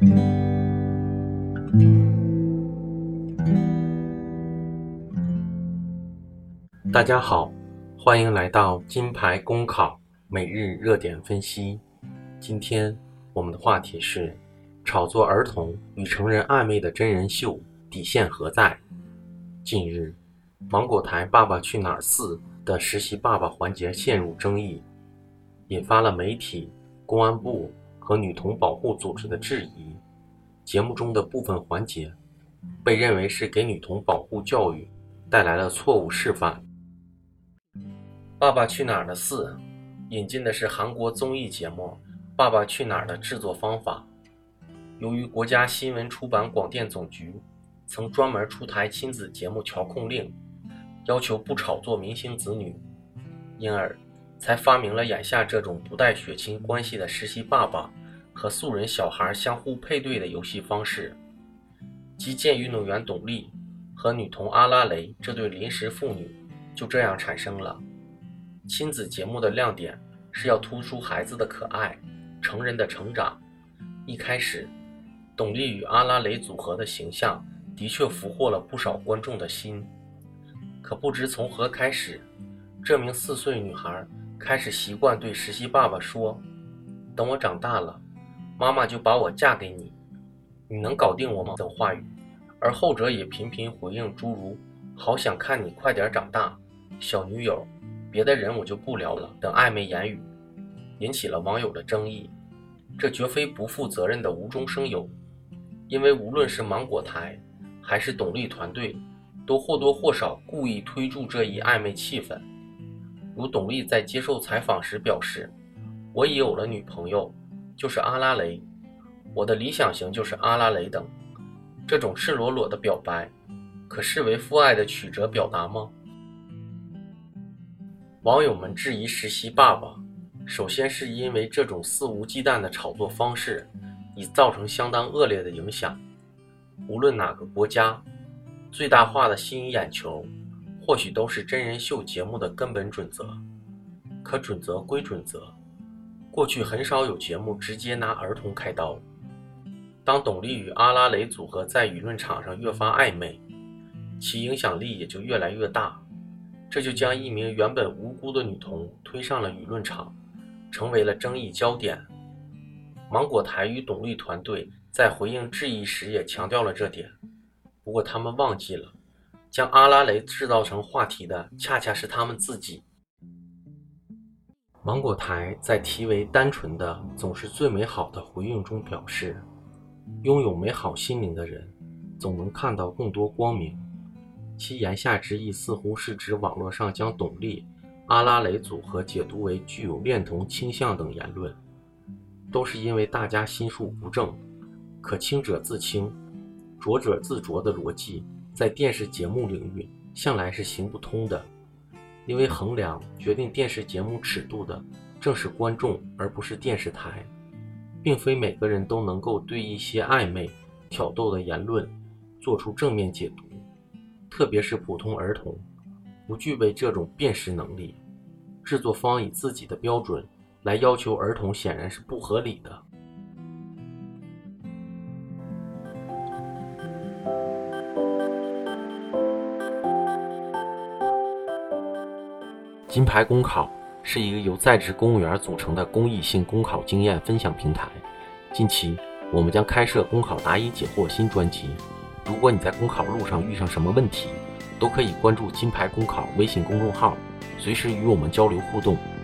大家好，欢迎来到金牌公考每日热点分析。今天我们的话题是炒作儿童与成人暧昧的真人秀底线何在？近日，芒果台《爸爸去哪儿4》的实习爸爸环节陷入争议，引发了媒体、公安部和女童保护组织的质疑。节目中的部分环节被认为是给女童保护教育带来了错误示范。《爸爸去哪儿的4》引进的是韩国综艺节目《爸爸去哪儿》的制作方法。由于国家新闻出版广电总局曾专门出台亲子节目调控令，要求不炒作明星子女，因而才发明了眼下这种不带血亲关系的实习爸爸和素人小孩相互配对的游戏方式。击剑运动员董丽和女童阿拉蕾这对临时父女就这样产生了。亲子节目的亮点是要突出孩子的可爱，成人的成长。一开始，董丽与阿拉蕾组合的形象的确俘获了不少观众的心。可不知从何开始，这名4岁女孩开始习惯对实习爸爸说：“等我长大了，妈妈就把我嫁给你，你能搞定我吗？”等话语，而后者也频频回应诸如“好想看你快点长大”、“小女友”、别的人我就不聊了等暧昧言语，引起了网友的争议。这绝非不负责任的无中生有，因为无论是芒果台还是董丽团队，都或多或少故意推助这一暧昧气氛。如董丽在接受采访时表示：“我已有了女朋友，就是阿拉蕾，我的理想型就是阿拉蕾等。”这种赤裸裸的表白，可视为父爱的曲折表达吗？网友们质疑实习爸爸，首先是因为这种肆无忌惮的炒作方式已造成相当恶劣的影响。无论哪个国家，最大化的吸引眼球或许都是真人秀节目的根本准则。可准则归准则，过去很少有节目直接拿儿童开刀。当董丽与阿拉蕾组合在舆论场上越发暧昧，其影响力也就越来越大，这就将一名原本无辜的女童推上了舆论场，成为了争议焦点。芒果台与董丽团队在回应质疑时也强调了这点，不过他们忘记了，将阿拉蕾制造成话题的恰恰是他们自己。芒果台在题为单纯的总是最美好的回应中表示，拥有美好心灵的人总能看到更多光明。其言下之意似乎是指网络上将董丽、阿拉蕾组合解读为具有恋童倾向等言论，都是因为大家心术不正，可轻者自轻，浊者自浊的逻辑在电视节目领域向来是行不通的。因为衡量决定电视节目尺度的正是观众而不是电视台，并非每个人都能够对一些暧昧挑逗的言论做出正面解读，特别是普通儿童不具备这种辨识能力，制作方以自己的标准来要求儿童显然是不合理的。金牌公考是一个由在职公务员组成的公益性公考经验分享平台。近期我们将开设公考答疑解惑新专辑，如果你在公考路上遇上什么问题，都可以关注金牌公考微信公众号，随时与我们交流互动。